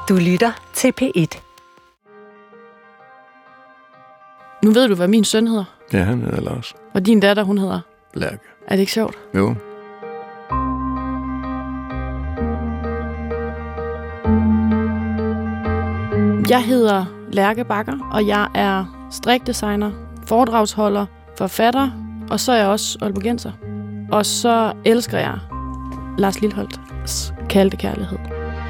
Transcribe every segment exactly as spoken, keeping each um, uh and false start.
Du lytter til P et. Nu ved du, hvad min søn hedder. Ja, han hedder Lars. Og din datter, hun hedder? Lærke. Er det ikke sjovt? Jo. Jeg hedder Lærke Bakker, og jeg er strikdesigner, foredragsholder, forfatter, og så er jeg også aalborgenser. Og så elsker jeg Lars Lilholts kaldte kærlighed.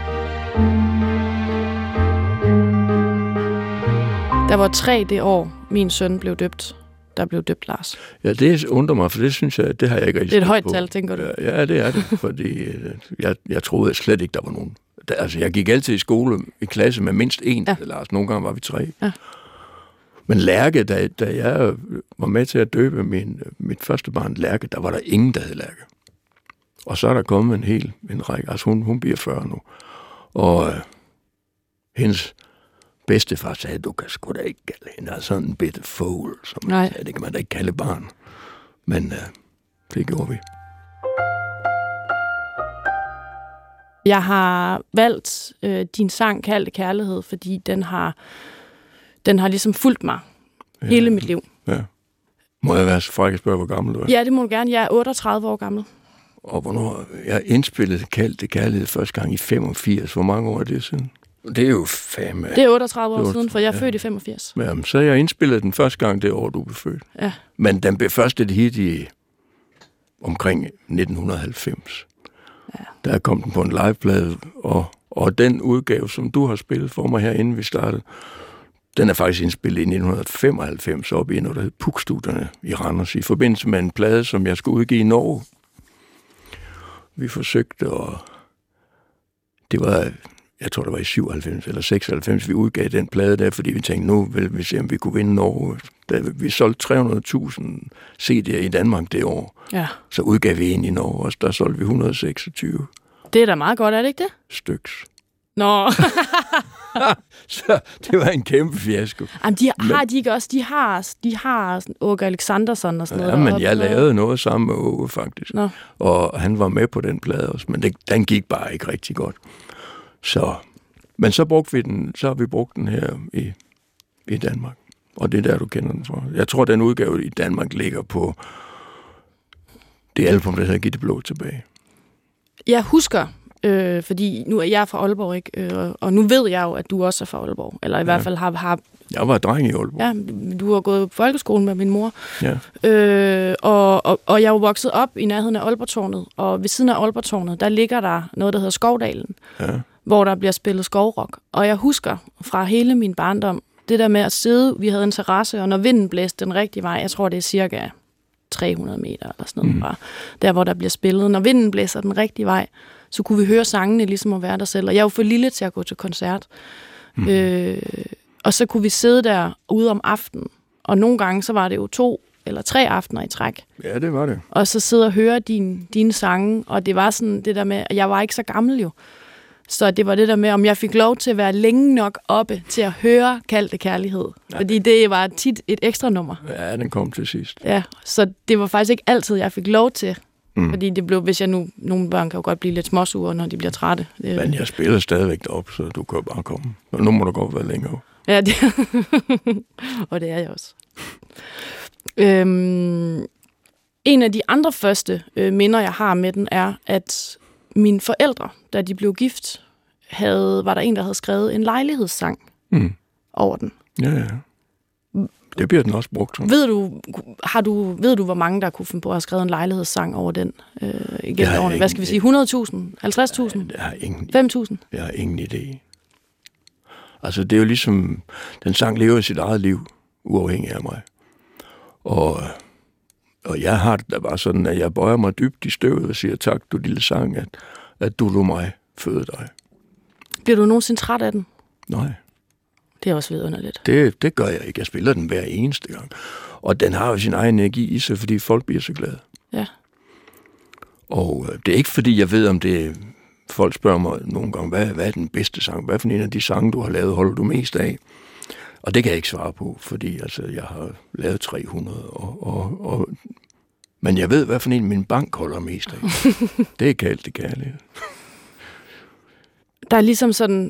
Der var tre det år, min søn blev døbt. Der blev døbt Lars. Ja, det undrer mig, for det synes jeg, det har jeg ikke rigtig. Det er et højt på. tal, tænker du? Ja, det er det, fordi jeg, jeg troede slet ikke, der var nogen. Der, altså, jeg gik altid i skole i klasse med mindst én, ja. Lars. Nogle gange var vi tre. Ja. Men Lærke, da, da jeg var med til at døbe min, mit første barn, Lærke, der var der ingen, der hed Lærke. Og så er der kommet en hel en række. Altså, hun, hun bliver fyrre nu. Og øh, hendes bedstefar sagde, du kan sgu da ikke kalde hende. Altså sådan en bitte fål, som man sagde. Det kan man da ikke kalde barn. Men øh, det gjorde vi. Jeg har valgt øh, din sang Kaldte Kærlighed, fordi den har, den har ligesom fulgt mig ja, hele mit liv. Ja. Må jeg være så fræk at spørge, hvor gammel du er? Ja, det må du gerne. Jeg er otteogtredive år gammel. Og hvornår? Jeg indspillede Kaldte Kærlighed første gang i femogfirs. Hvor mange år er det siden? Det er jo fandme... Det er otteogtredive år siden, for jeg er ja. født i femogfirs. Jamen, så jeg indspillede den første gang det år, du blev født. Ja. Men den blev først et hit i omkring nitten halvfems. Ja. Der kom den på en liveplade, og, og den udgave, som du har spillet for mig her, inden vi startede, den er faktisk indspillet i nitten femoghalvfems op i noget, der hed Puk-studierne i Randers, i forbindelse med en plade, som jeg skulle udgive i Norge. Vi forsøgte, og det var, jeg tror, det var i syvoghalvfems eller seksoghalvfems, vi udgav den plade der, fordi vi tænkte, nu vil vi se, om vi kunne vinde Norge. Da vi solgte tre hundrede tusind C D'er i Danmark det år. Ja. Så udgav vi en i Norge, og der solgte vi et hundrede og seksogtyve. Det er da meget godt, er det ikke det? Styks. Nå. Så det var en kæmpe fiasko. Jamen, de har men, de ikke også, de har, de har Åke Alexandersson og sådan ja, noget. Ja, men jeg lavede noget sammen med Åke, faktisk. Nå. Og han var med på den plade også, men det, den gik bare ikke rigtig godt. Så, men så brugte vi den, så har vi brugt den her i, i Danmark. Og det er der, du kender den fra. Jeg tror, den udgave i Danmark ligger på det album, der hedder Giv det blå tilbage. Jeg husker, øh, fordi nu er jeg fra Aalborg, ikke? Øh, og nu ved jeg jo, at du også er fra Aalborg. Eller i ja. hvert fald har... har jeg var dreng i Aalborg. Ja, du har gået på folkeskolen med min mor. Ja. Øh, og, og, og jeg er jo vokset op i nærheden af Aalborgtårnet. Og ved siden af Aalborgtårnet, der ligger der noget, der hedder Skovdalen. Ja. Hvor der bliver spillet skovrock. Og jeg husker fra hele min barndom, det der med at sidde, vi havde en terrasse, og når vinden blæste den rigtige vej, jeg tror, det er cirka tre hundrede meter eller sådan noget, mm. bare, der hvor der bliver spillet. Når vinden blæser den rigtige vej, så kunne vi høre sangene ligesom at være der selv. Og jeg er jo for lille til at gå til koncert. Mm. Øh, og så kunne vi sidde der ude om aftenen, og nogle gange, så var det jo to eller tre aftener i træk. Ja, det var det. Og så sidde og høre din, dine sange, og det var sådan det der med, at jeg var ikke så gammel jo. Så det var det der med, om jeg fik lov til at være længe nok oppe til at høre Kaldte Kærlighed. Ja. Fordi det var tit et ekstra nummer. Ja, den kom til sidst. Ja, så det var faktisk ikke altid, jeg fik lov til. Mm. Fordi det blev, hvis jeg nu, nogle børn kan jo godt blive lidt småsure, når de bliver trætte. Det, men jeg spiller stadigvæk derop, så du kan bare komme. Og nu må du godt være længere. Ja, det, og det er jeg også. øhm, en af de andre første øh, minder, jeg har med den, er, at mine forældre, da de blev gift, havde, var der en, der havde skrevet en lejlighedssang mm. over den. Ja, ja. Det bliver den også brugt som. Ved du, har du, ved du, hvor mange, der kunne finde på at have skrevet en lejlighedssang over den øh, igennem årene? Hvad skal vi sige? hundrede tusind? halvtreds tusind? Jeg har ingen, fem tusind? Jeg har ingen idé. Altså, det er jo ligesom, den sang lever sit eget liv, uafhængig af mig. Og, og jeg har det da bare sådan, at jeg bøjer mig dybt i støvet og siger, tak, du lille sang, at, at du lod mig føde dig. Bliver du nogensinde træt af den? Nej. Det er også vidunderligt. Det, det gør jeg ikke. Jeg spiller den hver eneste gang. Og den har jo sin egen energi i sig, fordi folk bliver så glade. Ja. Og øh, det er ikke, fordi jeg ved, om det... Folk spørger mig nogle gange, hvad, hvad er den bedste sang? Hvad for en af de sange, du har lavet, holder du mest af? Og det kan jeg ikke svare på, fordi altså, jeg har lavet tre hundrede. Og, og, og, men jeg ved, hvad for en min bank holder mest af. Det er Kaldte Kærlighed. Der er ligesom sådan...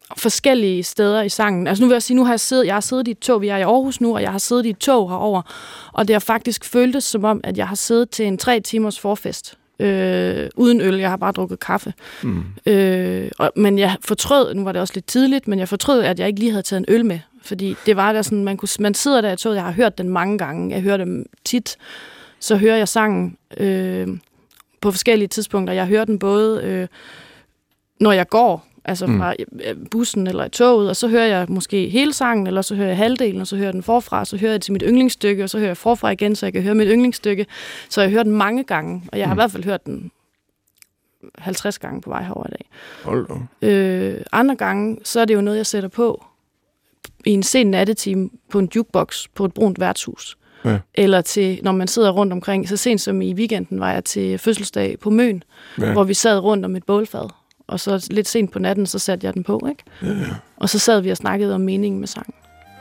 forskellige steder i sangen. Altså nu vil jeg sige, nu har jeg siddet, jeg har siddet i et tog, vi er i Aarhus nu, og jeg har siddet i et tog herover, og det har faktisk føltes som om, at jeg har siddet til en tre timers forfest, øh, uden øl, jeg har bare drukket kaffe. Mm. Øh, og, men jeg fortrød, nu var det også lidt tidligt, men jeg fortrød, at jeg ikke lige havde taget en øl med, fordi det var der sådan, man, kunne, man sidder der i toget, jeg har hørt den mange gange, jeg hører dem tit, så hører jeg sangen øh, på forskellige tidspunkter. Jeg hører den både, øh, når jeg går, altså fra mm. bussen eller i toget, og så hører jeg måske hele sangen, eller så hører jeg halvdelen, og så hører jeg den forfra, og så hører jeg til mit yndlingsstykke, og så hører jeg forfra igen, så jeg kan høre mit yndlingsstykke. Så jeg hører den mange gange, og jeg har mm. i hvert fald hørt den halvtreds gange på vej herover i dag. Hold da. Øh, andre gange, så er det jo noget, jeg sætter på i en sen nattetime på en jukebox på et brunt værtshus. Ja. Eller til, når man sidder rundt omkring, så sent som i weekenden var jeg til fødselsdag på Møn, ja. Hvor vi sad rundt om et bålfad. Og så lidt sent på natten, så satte jeg den på, ikke? Ja, ja. Og så sad vi og snakkede om meningen med sangen.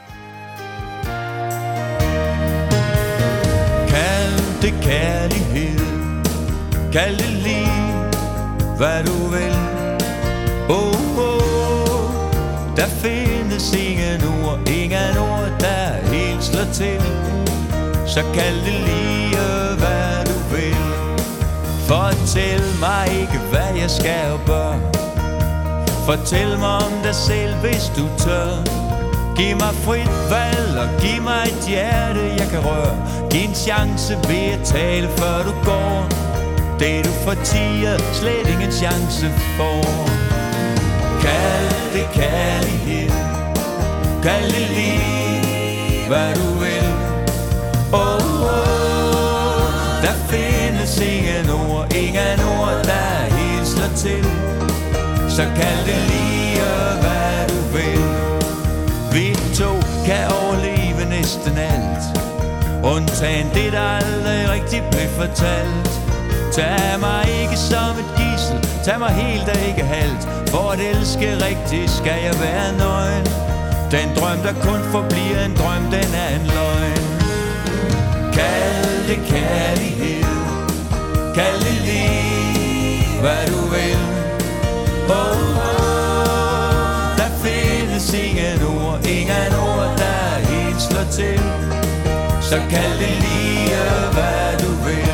Kald det kærlighed, kald det lige, hvad du vil. Oh, oh, der findes ingen ord, ingen ord, der helt slår til. Så kald det lige, hvad du vil. Fortæl mig ikke, hvad jeg skal og bør. Fortæl mig om dig selv, hvis du tør. Giv mig frit valg og giv mig et hjerte, jeg kan røre. Giv en chance ved at tale, før du går. Det du fortier, slet ingen chance for. Kald det kærlighed, kald det lige, hvad du vil. Oh, oh, der findes ingen ord, ingen ord, der helt slår til. Så kald det lige, hvad du vil. Vi to kan overleve næsten alt, undtagen det, der aldrig rigtig blev fortalt. Tag mig ikke som et gidsel, tag mig helt og ikke halvt. For at elske rigtigt skal jeg være nøgen. Den drøm, der kun forbliver en drøm, den er en løgn. Kald det kærlighed, kald det lige, hvad du vil. Oh, oh, der findes ingen ord, ingen ord, der helt slår til. Så kald det lige, hvad du vil.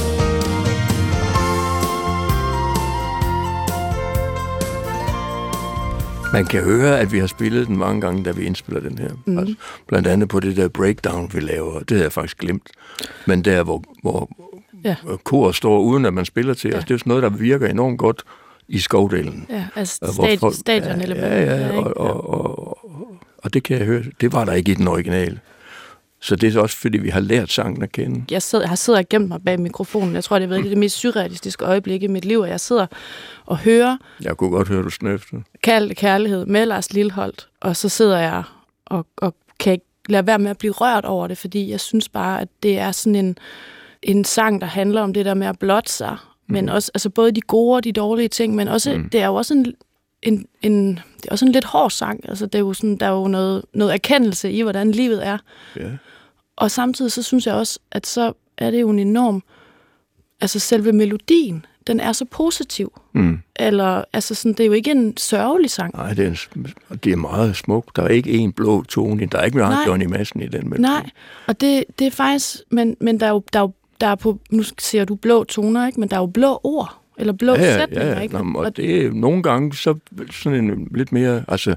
Man kan høre, at vi har spillet den mange gange, da vi indspiller den her. Mm. Altså, blandt andet på det der breakdown, vi laver. Det havde jeg faktisk glemt. Men der, hvor, hvor ja. kor står uden, at man spiller til. Ja. Altså, det er sådan noget, der virker enormt godt i Skovdalen. Ja, altså stadion, stadion eller ja, ja, ja, og, og, og, og, og det kan jeg høre. Det var der ikke i den originale. Så det er også, fordi vi har lært sangen at kende. Jeg, sidder, jeg har siddet og gemt mig bag mikrofonen. Jeg tror, det er det mest surrealistiske øjeblik i mit liv, og jeg sidder og hører... Jeg kunne godt høre, du snøfte. Kald det kærlighed med Lars Lilholt, og så sidder jeg og, og kan ikke lade være med at blive rørt over det, fordi jeg synes bare, at det er sådan en, en sang, der handler om det der med at blotte sig, mm. men også altså både de gode og de dårlige ting, men også, mm. det er jo også en... En, en, det er også en lidt hård sang. Altså, det er jo sådan, der er jo noget, noget erkendelse i, hvordan livet er. Yeah. Og samtidig så synes jeg også, at så er det jo en enorm... Altså selve melodien, den er så positiv. Mm. Eller, altså sådan, det er jo ikke en sørgelig sang. Nej, det er, en, det er meget smuk. Der er ikke en blå tone. Der er ikke meget Johnny Madsen i den melodi. Nej, og det, det er faktisk... Men, men der er jo, der er jo der er på... Nu ser du blå toner, ikke? Men der er jo blå ord. Eller blå ja, ja, sætninger, ja, ja. ikke? Nå, og det er nogle gange så sådan en lidt mere, altså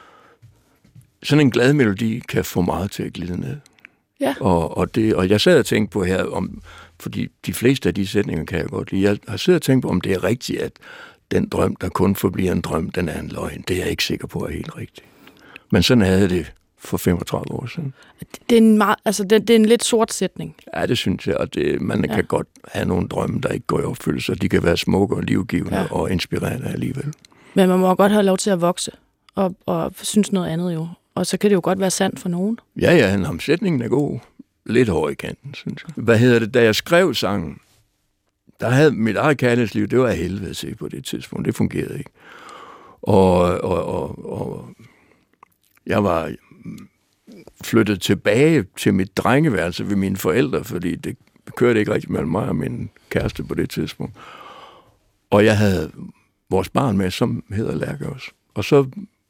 sådan en glad melodi kan få meget til at glide ned. Ja. Og, og, det, og jeg sad og tænkte på her, om, fordi de fleste af de sætninger kan jeg godt lide. Jeg har siddet og tænkt på, om det er rigtigt, at den drøm, der kun forbliver en drøm, den er en løgn. Det er jeg ikke sikker på er helt rigtigt. Men sådan havde det for femogtredive år siden. Det er en, meget, altså det, det er en lidt sort sætning. Ja, det synes jeg, og det, man ja. kan godt have nogle drømme, der ikke går i opfyldelse, og de kan være smukke og livgivende ja. og inspirerende alligevel. Men man må godt have lov til at vokse, og, og synes noget andet jo. Og så kan det jo godt være sandt for nogen. Ja, ja, en omsætning er god. Lidt hård i kanten, synes jeg. Hvad hedder det, da jeg skrev sangen, der havde mit eget kærlighedsliv, det var af helvede til på det tidspunkt. Det fungerede ikke. Og, og, og, og jeg var flyttet tilbage til mit drengeværelse ved mine forældre, fordi det kørte ikke rigtig mellem mig og min kæreste på det tidspunkt. Og jeg havde vores barn med, som hedder Lærke også. Og så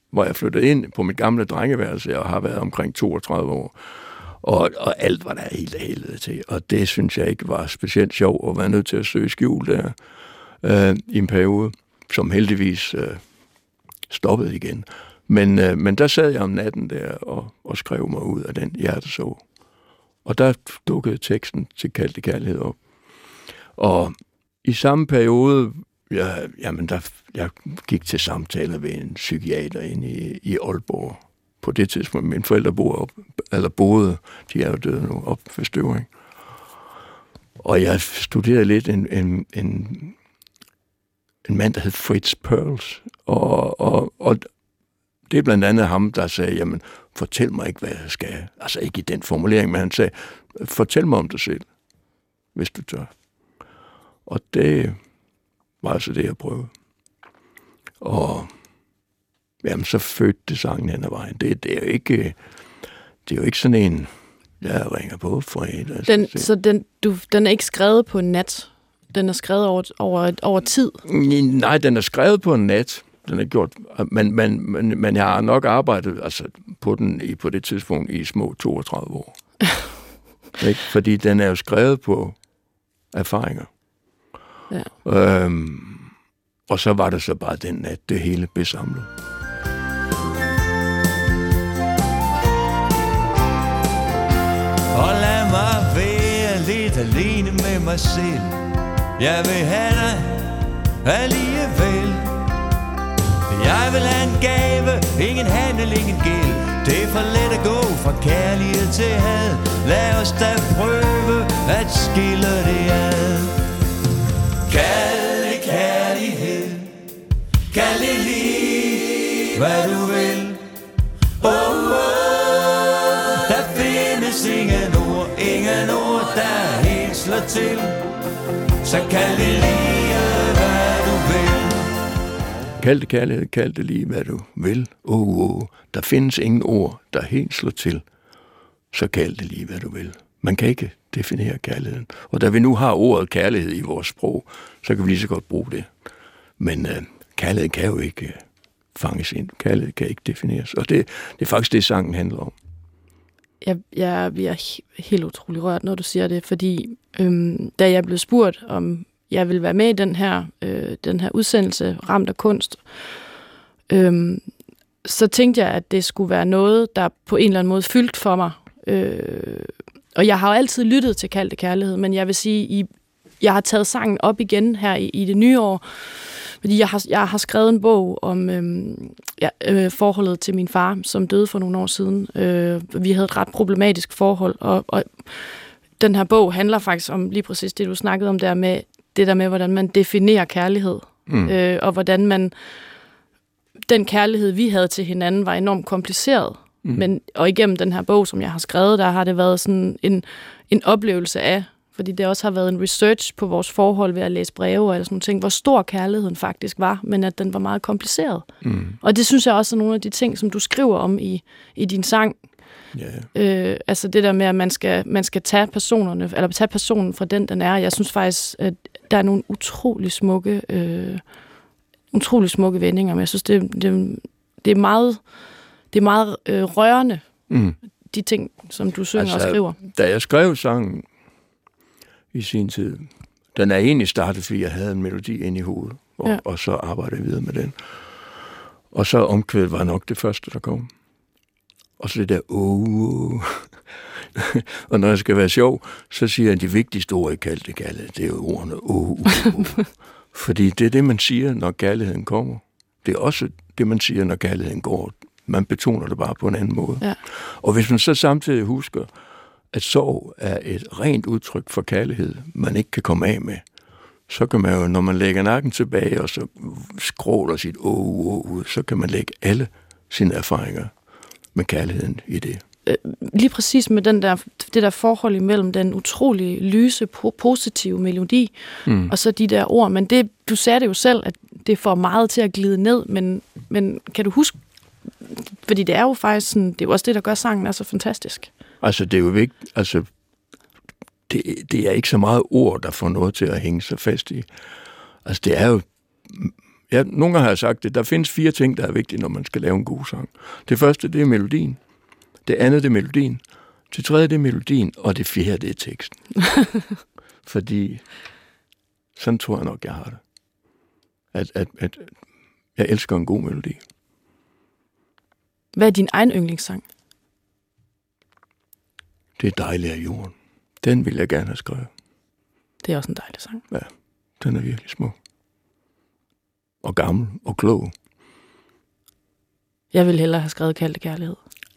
hvor jeg flyttede ind på mit gamle drengeværelse, og har været omkring toogtredive år. Og, og alt var der helt af helvede til. Og det synes jeg ikke var specielt sjovt at være nødt til at søge skjul der øh, i en periode, som heldigvis øh, stoppede igen. Men, øh, men der sad jeg om natten der og, og skrev mig ud af den hjertesorg. Og der dukkede teksten til Kaldte Kærlighed op. Og i samme periode, jeg, jamen der, jeg gik til samtaler ved en psykiater inde i, i Aalborg. På det tidspunkt, mine forældre boede, op, eller boede, de er jo døde nu, op ved Støvring. Og jeg studerede lidt en, en, en, en mand, der hed Fritz Perls. Og, og, og det er blandt andet ham, der sagde, jamen, fortæl mig ikke, hvad jeg skal. Altså ikke i den formulering, men han sagde, fortæl mig om dig selv, hvis du tør. Og det var altså det, jeg prøvede. Og jamen, så fødte det sangen hen ad vejen. Det, det, er jo ikke, det er jo ikke sådan en, jeg ringer på for en. Altså, den, så den, du, den er ikke skrevet på en nat? Den er skrevet over, over, over tid? Nej, den er skrevet på en nat. Den er gjort, men, men, men, men jeg har nok arbejdet altså, på den i, på det tidspunkt i små toogtredive år. Ikke? Fordi den er jo skrevet på erfaringer. Ja. Øhm, og så var det så bare den nat, det hele blev samlet. Og lad mig være lidt alene med mig selv. Jeg vil have dig alligevel. Jeg vil have en gave, ingen handel, ingen gæld. Det er for let at gå fra kærlighed til had. Lad os da prøve at skille det ad. Kald det kærlighed, kald det liv, hvad du vil. Oh, oh, der findes ingen ord, ingen ord, der helt slår til. Så kald det lige, hvad du vil. Kald det kærlighed, kald det lige, hvad du vil. Oh, oh, der findes ingen ord, der helt slår til. Så kald det lige, hvad du vil. Man kan ikke definere kærligheden. Og da vi nu har ordet kærlighed i vores sprog, så kan vi lige så godt bruge det. Men øh, kærlighed kan jo ikke øh, fanges ind. Kærlighed kan ikke defineres. Og det, det er faktisk det, sangen handler om. Jeg, jeg bliver helt utrolig rørt, når du siger det, fordi øhm, da jeg blev spurgt, om jeg ville være med i den her, øh, den her udsendelse, Ramt af kunst, øhm, så tænkte jeg, at det skulle være noget, der på en eller anden måde fyldt for mig. Øh, og jeg har jo altid lyttet til Kaldte Kærlighed, men jeg vil sige, I, jeg har taget sangen op igen her i, i det nye år, fordi jeg har, jeg har skrevet en bog om øhm, ja, øh, forholdet til min far, som døde for nogle år siden. Øh, vi havde et ret problematisk forhold, og, og den her bog handler faktisk om lige præcis det, du snakkede om der med, det der med, hvordan man definerer kærlighed, mm. øh, og hvordan man, den kærlighed, vi havde til hinanden, var enormt kompliceret. Mm. Men, og igennem den her bog, som jeg har skrevet, der har det været sådan en, en oplevelse af, fordi det også har været en research på vores forhold ved at læse breve og sådan nogle ting, hvor stor kærligheden faktisk var, men at den var meget kompliceret. Mm. Og det synes jeg også er nogle af de ting, som du skriver om i, i din sang. Yeah. Øh, altså det der med, at man skal, man skal tage personerne, eller tage personen fra den, den er. Jeg synes faktisk, at der er nogle utrolig smukke, øh, utrolig smukke vendinger, men jeg synes, det, det, det er meget, det er meget øh, rørende, mm. de ting, som du synger altså, og skriver. Da jeg skrev sangen i sin tid, den er egentlig startet, fordi jeg havde en melodi inde i hovedet, og, ja. og så arbejdede jeg videre med den. Og så omkvædet var nok det første, der kom. Og så det der, åh, og når jeg skal være sjov, så siger jeg, at de vigtigste ord i Kaldte Kærlighed, det er jo ordene, åh, oh, oh, oh. Fordi det er det, man siger, når kærligheden kommer. Det er også det, man siger, når kærligheden går. Man betoner det bare på en anden måde. Ja. Og hvis man så samtidig husker, at sorg er et rent udtryk for kærlighed, man ikke kan komme af med, så kan man jo, når man lægger nakken tilbage, og så skråler sit åh, åh, åh, så kan man lægge alle sine erfaringer med kærligheden i det. Lige præcis med den der, det der forhold imellem den utrolig lyse, positive melodi, mm. og så de der ord. Men det, du sagde det jo selv, at det får meget til at glide ned, men, men kan du huske, fordi det er jo faktisk sådan, det er jo også det, der gør sangen er så fantastisk. Altså, det er jo vigtigt, altså, det, det er ikke så meget ord, der får noget til at hænge sig fast i. Altså, det er jo ja, nogle gange har jeg sagt det, der findes fire ting, der er vigtige, når man skal lave en god sang. Det første, det er melodien. Det andet, det er melodien. Det tredje, det er melodien. Og det fjerde, det er teksten. Fordi sådan tror jeg nok, jeg har det. At, at, at jeg elsker en god melodi. Hvad er din egen yndlingssang? Det er dejligt af jorden. Den vil jeg gerne have skrevet. Det er også en dejlig sang. Ja, den er virkelig smuk. Og gammel og klog. Jeg ville hellere have skrevet Kaldte Kærlighed.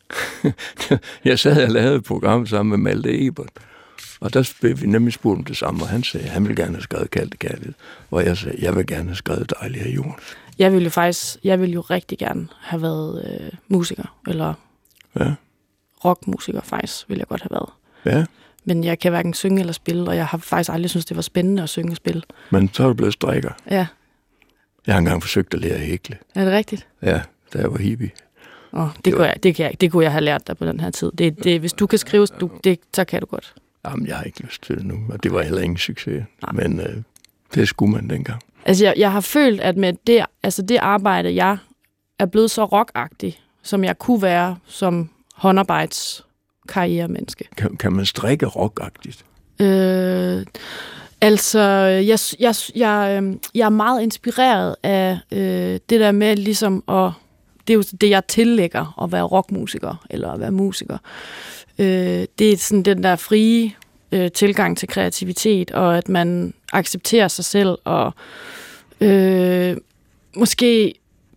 Jeg sad og lavede et program sammen med Malte Ebert. Og der blev vi nemlig spurgt om det samme, og han sagde, at han ville gerne have skrevet Kaldte Kærlighed. Og jeg sagde, jeg vil gerne have skrevet Dejligt af jorden. Jeg ville jo faktisk, jeg ville jo rigtig gerne have været øh, musiker, eller ja. rockmusiker faktisk, ville jeg godt have været. Ja. Men jeg kan hverken synge eller spille, og jeg har faktisk aldrig syntes, det var spændende at synge og spille. Men så er du blevet strikker. Ja. Jeg har engang forsøgt at lære at hækle. Er det rigtigt? Ja, da jeg var hippie. Oh, det, det, var... jeg, det, kan jeg, det kunne jeg have lært dig på den her tid. Det, det, hvis du kan skrive, du, det, så kan du godt. Jamen, jeg har ikke lyst til det nu, og det var heller ingen succes. Nej. Men øh, det skulle man dengang. Altså, jeg, jeg har følt, at med det, altså det arbejde, jeg er blevet så rockagtig, som jeg kunne være som håndarbejdskarrieremenneske. Kan, kan man strikke rockagtigt? Øh, altså, jeg, jeg, jeg, jeg er meget inspireret af øh, det der med ligesom at... Det er jo det, jeg tillægger at være rockmusiker, eller at være musiker. Øh, det er sådan den der frie øh, tilgang til kreativitet, og at man accepterer sig selv, og øh, måske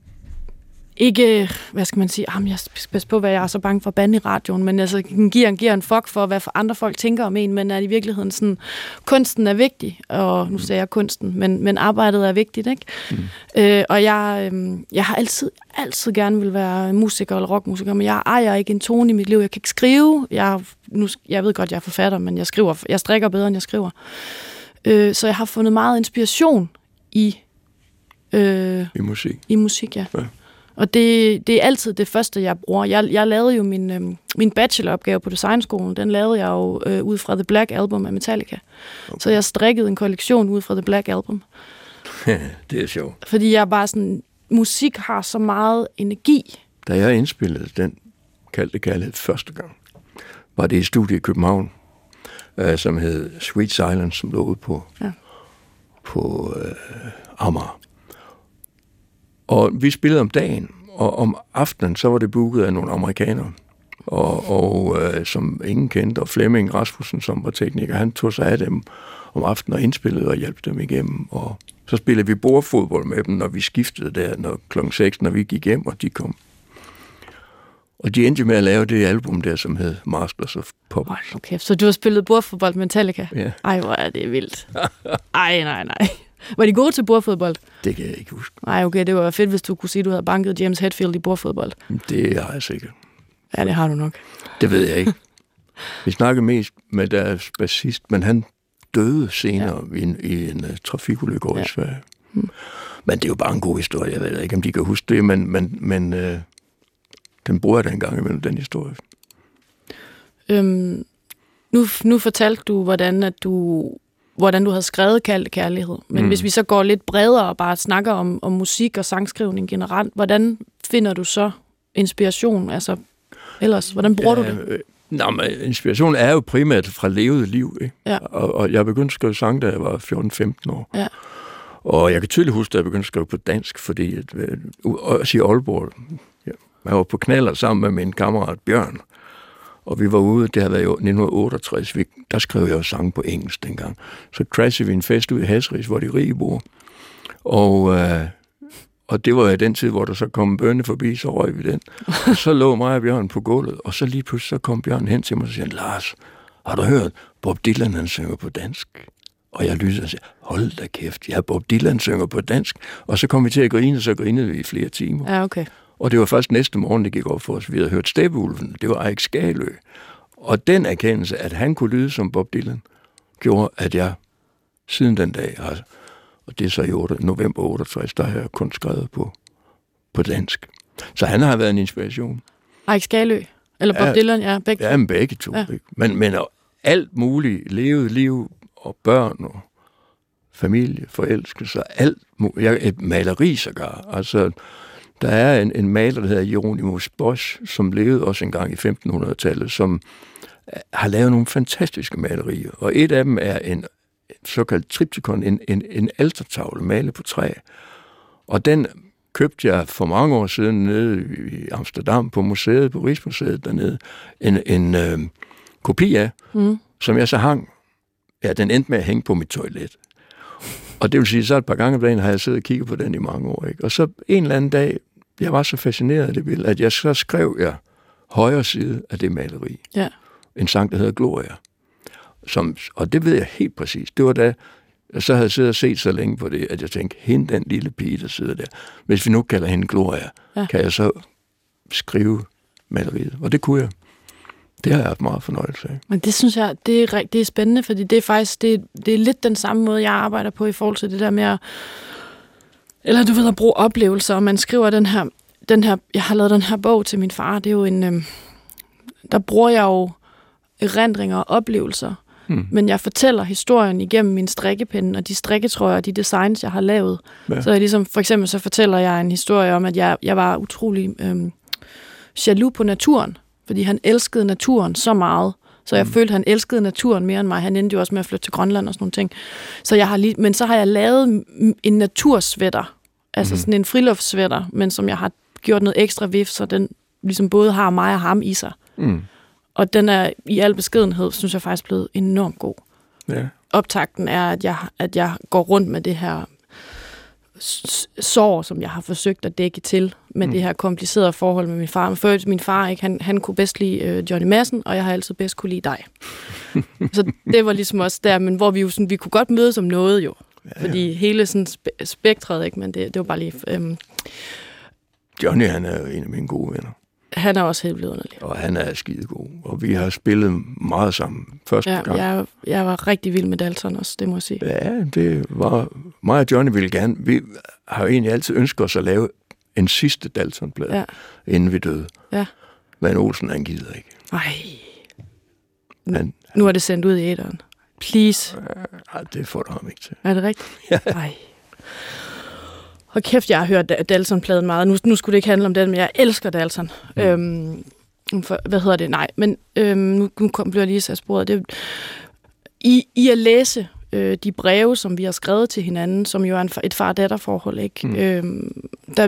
ikke, hvad skal man sige, jamen jeg skal passe på, hvad jeg er så bange for at bande i radioen, men altså giver en, giver en fuck for, hvad for andre folk tænker om en, men er i virkeligheden sådan, kunsten er vigtig, og nu siger jeg kunsten, men, men arbejdet er vigtigt, ikke? Mm. Øh, og jeg, øh, jeg har altid, altid gerne vil være musiker eller rockmusiker, men jeg ejer ikke en tone i mit liv, jeg kan ikke skrive, jeg, nu, jeg ved godt, jeg er forfatter, men jeg skriver, jeg strikker bedre, end jeg skriver. Øh, så jeg har fundet meget inspiration i øh, I musik. I musik, ja. ja. Og det, det er altid det første, jeg bruger. Jeg, jeg lavede jo min, øh, min bacheloropgave på designskolen, den lavede jeg jo øh, ud fra The Black Album af Metallica. Okay. Så jeg strikkede en kollektion ud fra The Black Album. Det er sjovt. Fordi jeg bare sådan, musik har så meget energi. Da jeg indspillede den Kaldte Kærlighed første gang, var det i studiet i København, øh, som hed Sweet Silence, som lå ude på, ja. på øh, Amager. Og vi spillede om dagen, og om aftenen, så var det booket af nogle amerikanere, og, og øh, som ingen kendte, og Flemming Rasmussen, som var tekniker, han tog sig af dem om aftenen og indspillede og hjalp dem igennem. Og så spillede vi bordfodbold med dem, når vi skiftede der, når klokken seks, når vi gik hjem, og de kom. Og de endte med at lave det album der, som hed Masters of Pop. Okay, så du har spillet bordfodbold med Metallica? Ja. Ej, hvor er det vildt. Ej, nej, nej. Var de gode til bordfodbold? Det kan jeg ikke huske. Nej, okay, det var fedt, hvis du kunne sige, at du havde banket James Hetfield i bordfodbold. Det har jeg sikkert. Ja, det har du nok. Det ved jeg ikke. Vi snakkede mest med deres bassist, men han døde senere ja. i en, i en uh, trafikulykke over ja. i Sverige. Hmm. Men det er jo bare en god historie. Jeg ved ikke, om de kan huske det, men, men, men uh, den bruger jeg da en gang imellem, den historie. Øhm, nu, nu fortalte du, hvordan at du... hvordan du havde skrevet Kaldte Kærlighed. Men mm. hvis vi så går lidt bredere og bare snakker om, om musik og sangskrivning generelt, hvordan finder du så inspiration? Altså, ellers, hvordan bruger ja, du det? Øh, nej, men inspiration er jo primært fra levet liv, ikke? Ja. Og, og jeg begyndte at skrive sang, da jeg var fjorten femten år. Ja. Og jeg kan tydeligt huske, at jeg begyndte at skrive på dansk, fordi at, også i Aalborg, ja, jeg var på knaller sammen med min kammerat Bjørn, og vi var ude, det havde været i nitten otteogtres, vi, der skrev jeg jo sange på engelsk dengang. Så crashede vi en fest ud i Hasris, hvor de rige bor. Og, øh, og det var i den tid, hvor der så kom en bønne forbi, så røg vi den. Og så lå mig og Bjørn på gulvet, og så lige pludselig så kom Bjørn hen til mig og siger, Lars, har du hørt, Bob Dylan han synger på dansk? Og jeg lyttede og sagde, hold da kæft, ja, Bob Dylan synger på dansk. Og så kom vi til at grine, og så grinede vi i flere timer. Ja, okay. Og det var først næste morgen, det gik op for os. Vi havde hørt Steppeulven. Det var Erik Skalø. Og den erkendelse, at han kunne lyde som Bob Dylan, gjorde, at jeg siden den dag, altså, og det er så i november otteogtres, der har jeg kun skrevet på, på dansk. Så han har været en inspiration. Erik Skalø? Eller Bob ja, Dylan? Ja, begge to. Ja, begge to. Ja. Men, men alt muligt, levet liv og børn og familie, forelskelse, alt, jeg, et maleri sågar. Altså, der er en, en maler, der hedder Hieronymus Bosch, som levede også engang i femtenhundredetallet, som har lavet nogle fantastiske malerier, og et af dem er en såkaldt triptykon, en, en, en altertavle malet på træ, og den købte jeg for mange år siden nede i Amsterdam på museet, på Rigsmuseet dernede, en, en øh, kopi af, mm. som jeg så hang. Ja, den endte med at hænge på mit toilet. Og det vil sige, så et par gange om dagen har jeg siddet og kigget på den i mange år. Ikke? Og så en eller anden dag, jeg var så fascineret af det billede, at jeg så skrev jeg højre side af det maleri. Ja. En sang, der hedder Gloria. Som, og det ved jeg helt præcis. Det var da, så havde jeg siddet og set så længe på det, at jeg tænkte, hende den lille pige, der sidder der. Hvis vi nu kalder hende Gloria, ja. Kan jeg så skrive maleriet. Og det kunne jeg. Det har jeg haft meget fornøjelse af. Men det synes jeg, det er, det er spændende, fordi det er faktisk, det, det er lidt den samme måde, jeg arbejder på i forhold til det der med at, eller du ved, at bruge oplevelser, og man skriver den her, den her, jeg har lavet den her bog til min far, det er jo en, øh, der bruger jeg jo erindringer og oplevelser, hmm. men jeg fortæller historien igennem min strikkepinde, og de strikketrøjer og de designs, jeg har lavet. Ja. Så jeg ligesom, for eksempel så fortæller jeg en historie om, at jeg, jeg var utrolig øh, jaloux på naturen, fordi han elskede naturen så meget, så jeg mm. følte, at han elskede naturen mere end mig. Han endte jo også med at flytte til Grønland og sådan nogle ting. Så jeg har lige, men så har jeg lavet en natursvætter, altså mm. sådan en friluftssvætter, men som jeg har gjort noget ekstra ved, så den ligesom både har mig og ham i sig. Mm. Og den er i al beskedenhed, synes jeg faktisk blevet enormt god. Ja. Optakten er, at jeg, at jeg går rundt med det her sår, som jeg har forsøgt at dække til med mm. det her komplicerede forhold med min far. Men før min far, ikke, han, han kunne bedst lide øh, Johnny Madsen, og jeg har altid bedst kunne lide dig. Så det var ligesom også der, men hvor vi jo sådan, vi kunne godt mødes om noget jo. Ja, ja. Fordi hele sådan spe- spektret, ikke, men det, det var bare lige... Øhm, Johnny, han er jo en af mine gode venner. Han er også helt vidunderlig. Og han er skidegod. Og vi har spillet meget sammen første ja, gang. Jeg, jeg var rigtig vild med Dalton også, det må jeg sige. Ja, det var... Mig og Johnny ville gerne... Vi har jo egentlig altid ønsket os at lave en sidste Dalton-plade, ja. Inden vi døde. Ja. Men Olsen, han gider ikke. Ej. Han, nu er det sendt ud i æteren. Please. Ja, det får du ham ikke til. Er det rigtigt? Ja. Ej. Og kæft, jeg har hørt Dalton-pladen meget. Nu, nu skulle det ikke handle om den, men jeg elsker Dalton. Mm. Øhm, for, hvad hedder det? Nej, men øhm, nu, nu bliver jeg lige så sporet. Det, i, I at læse øh, de breve, som vi har skrevet til hinanden, som jo er en, et far-datter-forhold, ikke? Mm. Øhm, der,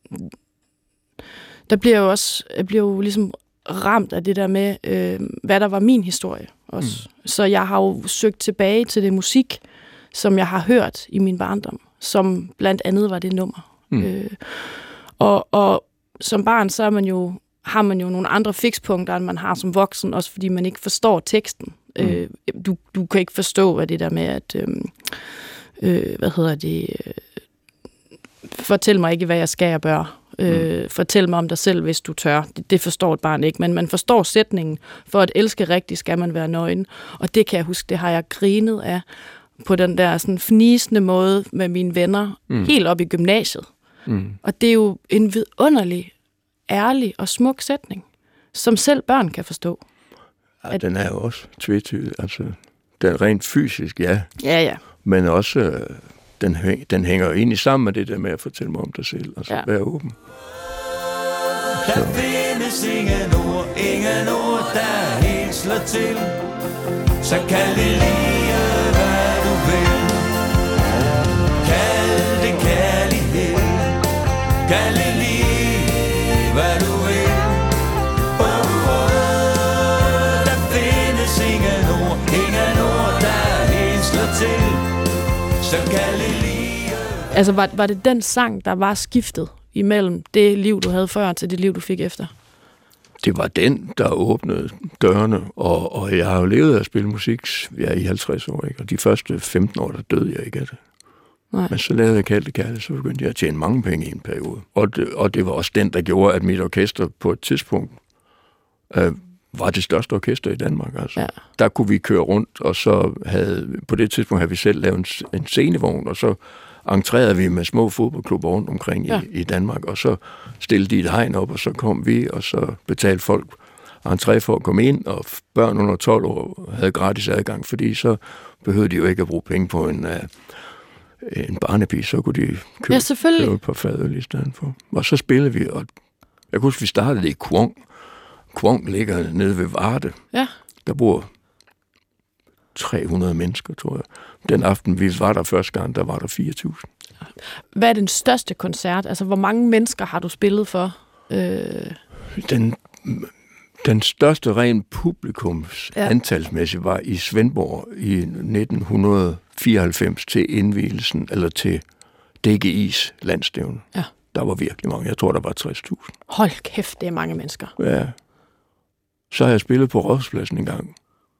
der bliver jo også jeg bliver jo ligesom ramt af det der med, øh, hvad der var min historie også. Mm. Så jeg har jo søgt tilbage til det musik, som jeg har hørt i min barndom, som blandt andet var det nummer. Mm. Øh, og, og som barn, så er man jo, har man jo nogle andre fikspunkter, end man har som voksen, også fordi man ikke forstår teksten. Mm. Øh, du, du kan ikke forstå, hvad det der med, at, øh, øh, hvad hedder det, øh, fortæl mig ikke, hvad jeg skal og bør. Øh, mm. Fortæl mig om dig selv, hvis du tør. Det, det forstår et barn ikke, men man forstår sætningen. For at elske rigtigt, skal man være nøgen. Og det kan jeg huske, det har jeg grinet af på den der sådan fnisende måde med mine venner, mm. helt op i gymnasiet. Mm. Og det er jo en vidunderlig, ærlig og smuk sætning, som selv børn kan forstå. Ja, at, den er jo også tvetydig. Altså, den er rent fysisk, ja. Ja, ja. Men også, øh, den, den hænger jo egentlig sammen med det der med at fortælle mig om dig selv. Altså, ja. Være åben. Der findes ingen ord, ingen ord, der helt slår til. Så kan det lide, hvad du vil. Kald det kærlighed. Kald det lige, hvad du vil. Oh, oh, der findes ingen ord, ingen ord, der helt slår til. Så kald det lige. Altså, var, var det den sang, der var skiftet imellem det liv, du havde før, til det liv, du fik efter? Det var den, der åbnede dørene, og, og jeg har jo levet af at spille musik ja, i halvtreds år, ikke? Og de første femten år, der døde jeg ikke af det. Nej. Men så lavede jeg Kald det kærlighed, så begyndte jeg at tjene mange penge i en periode. Og det, og det var også den, der gjorde, at mit orkester på et tidspunkt øh, var det største orkester i Danmark. Altså. Ja. Der kunne vi køre rundt, og så havde på det tidspunkt havde vi selv lavet en, en scenevogn, og så entrerede vi med små fodboldklubber rundt omkring ja. i, i Danmark, og så stillede de et hegn op, og så kom vi, og så betalte folk entré for at komme ind, og børn under tolv år havde gratis adgang, fordi så behøvede de jo ikke at bruge penge på en, uh, en barnepige, så kunne de købe, ja, selvfølgelig. købe et par fadøl i stedet for. Og så spillede vi, og jeg kunne huske, vi startede i Kvong. Kvong ligger nede ved Varde. Ja. Der bor tre hundrede mennesker, tror jeg. Den aften, vi var der første gang, der var der fire tusind. Hvad er den største koncert? Altså, hvor mange mennesker har du spillet for? Øh... Den, den største ren publikums ja. antalsmæssigt var i Svendborg i nitten fireoghalvfems til indvielsen, eller til D G I's landstævne. Ja. Der var virkelig mange. Jeg tror, der var tres tusind. Hold kæft, det er mange mennesker. Ja. Så har jeg spillet på Rådhuspladsen en gang.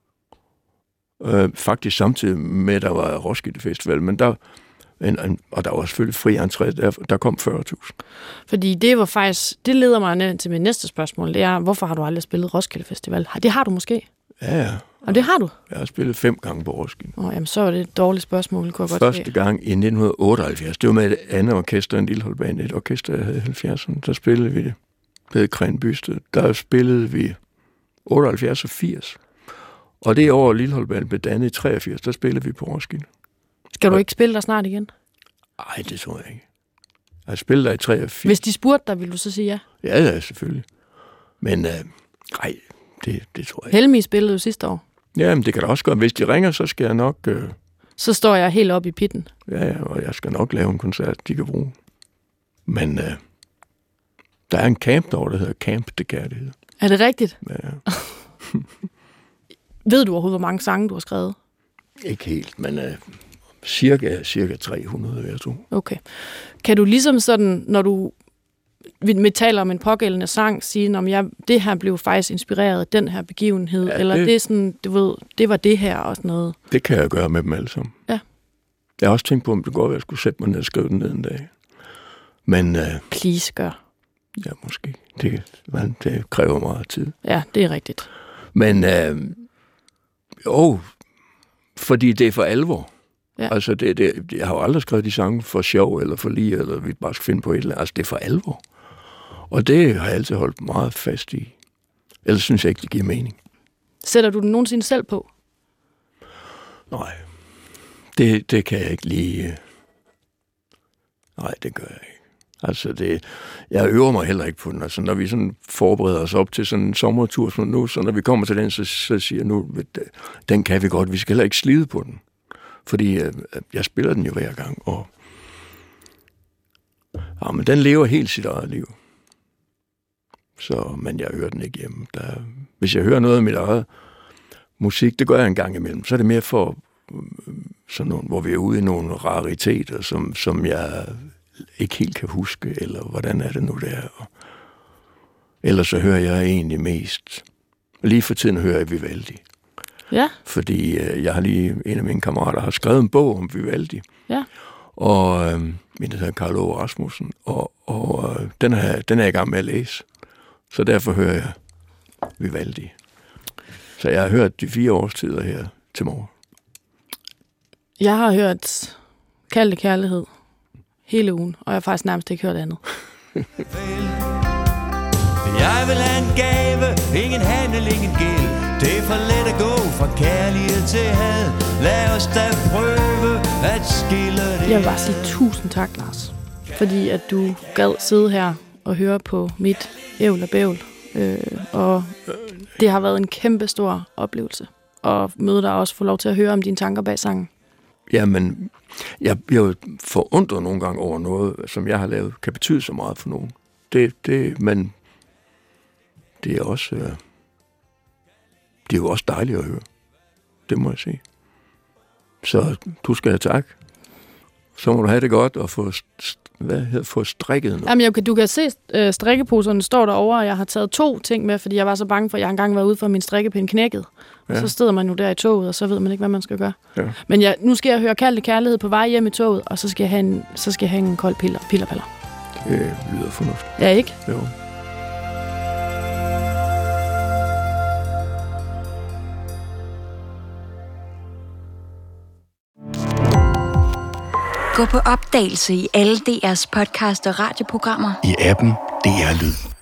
Øh, faktisk samtidig med, at der var Roskilde Festival, men der, en, en, og der var selvfølgelig fri entré, der, der kom fyrre tusind. Fordi det var faktisk, det leder mig ned til mit næste spørgsmål, det er, hvorfor har du aldrig spillet Roskilde Festival? Det har du måske? Ja, ja. Og det har du? Jeg har spillet fem gange på Roskilde. Åh, jamen så er det et dårligt spørgsmål, kunne jeg godt Første gang i nitten otteoghalvfjerds, det var med et andet orkester, en lille holdband, et orkester, jeg havde i halvfjerdserne, der spillede vi det. Det hed Krenbysted. Der spillede vi otteoghalvfjerds og firs. Og det år, Lilleholdbanen blev dannet i treogfirs, der spillede vi på Roskilde. Skal du ikke spille der snart igen? Nej, det tror jeg ikke. Jeg spillede der i treogfirs. Hvis de spurgte dig, ville du så sige ja? Ja, ja, selvfølgelig. Men øh, nej, det, det tror jeg ikke. Helmi spillede jo sidste år. Ja, men det kan da også gøre. Hvis de ringer, så skal jeg nok... Øh... Så står jeg helt oppe i pitten. Ja, ja, og jeg skal nok lave en koncert, de kan bruge. Men øh, der er en camp derovre, der hedder Camp det Kærlighed. Er det rigtigt? Ja, ja. Ved du overhovedet, hvor mange sange du har skrevet? Ikke helt, men øh, cirka, cirka tre hundrede, vil jeg tro. Okay. Kan du ligesom sådan, når du vi taler om en pågældende sang, sige, om jeg, det her blev faktisk inspireret af den her begivenhed, ja, eller det, det er sådan, du ved, det var det her og sådan noget? Det kan jeg gøre med dem alle sammen. Ja. Jeg har også tænkt på, om det går, at jeg skulle sætte mig ned og skrive den ned en dag. Men... Øh, Please, gør. Ja, måske. Det, man, det kræver meget tid. Ja, det er rigtigt. Men øh, jo, fordi det er for alvor. Ja. Altså, det, det, jeg har jo aldrig skrevet de sange for sjov, eller for lige, eller vi bare skal finde på et eller andet. Altså, det er for alvor. Og det har jeg altid holdt meget fast i. Ellers synes jeg ikke, det giver mening. Sætter du den nogensinde selv på? Nej. Det, det kan jeg ikke lige... Nej, det gør jeg ikke. Altså, det, jeg øver mig heller ikke på den. Altså, når vi sådan forbereder os op til sådan en sommertur som nu, så når vi kommer til den, så, så siger jeg nu, den kan vi godt. Vi skal heller ikke slide på den. Fordi øh, jeg spiller den jo hver gang, og ja, men den lever helt sit eget liv. Så, men jeg hører den ikke hjemme. Der, hvis jeg hører noget af mit eget musik, det gør jeg en gang imellem, så er det mere for øh, sådan nogle, hvor vi er ude i nogle rariteter, som, som jeg ikke helt kan huske, eller hvordan er det nu der. Og ellers så hører jeg egentlig mest, lige for tiden hører jeg Vivaldi. Ja. Fordi øh, jeg har lige, en af mine kammerater har skrevet en bog om Vivaldi. Ja. Og øh, min hedder Karl Aage Rasmussen, og, og øh, den, er, den er jeg i gang med at læse. Så derfor hører jeg Vivaldi. Så jeg har hørt de fire årstider her til morgen. Jeg har hørt Kald det Kærlighed hele ugen, og jeg har faktisk nærmest ikke hørt andet. Jeg vil have en gave, ingen handel, ingen gæld. Det er for let at gå fra kærlighed til had. Lad os da prøve at skille det. Jeg vil bare sige tusind tak, Lars, fordi at du gad sidde her og høre på mit ævl og bævl. Øh, og det har været en kæmpe stor oplevelse at møde dig og også få lov til at høre om dine tanker bag sangen. Jamen, jeg bliver forundret nogle gange over noget, som jeg har lavet, kan betyde så meget for nogen. Det, det, men det er også, øh, det er jo også dejligt at høre. Det må jeg sige. Så du skal have tak. Så må du have det godt og få, hvad hedder, få strikket noget. Jamen, jeg, du kan se, øh, strikkeposerne står derovre, og jeg har taget to ting med, fordi jeg var så bange for, at jeg engang var ude for min strikkepind knækket. Ja. Så steder man jo der i toget, og så ved man ikke, hvad man skal gøre. Ja. Men jeg, nu skal jeg høre Kald det Kærlighed på vej hjem i toget, og så skal jeg have en, så skal jeg have en kold piller, pillerpaller. Det lyder fornuftigt. Ja, ikke? Jo. Gå på opdagelse i alle D R's podcast og radioprogrammer. I appen D R Lyd.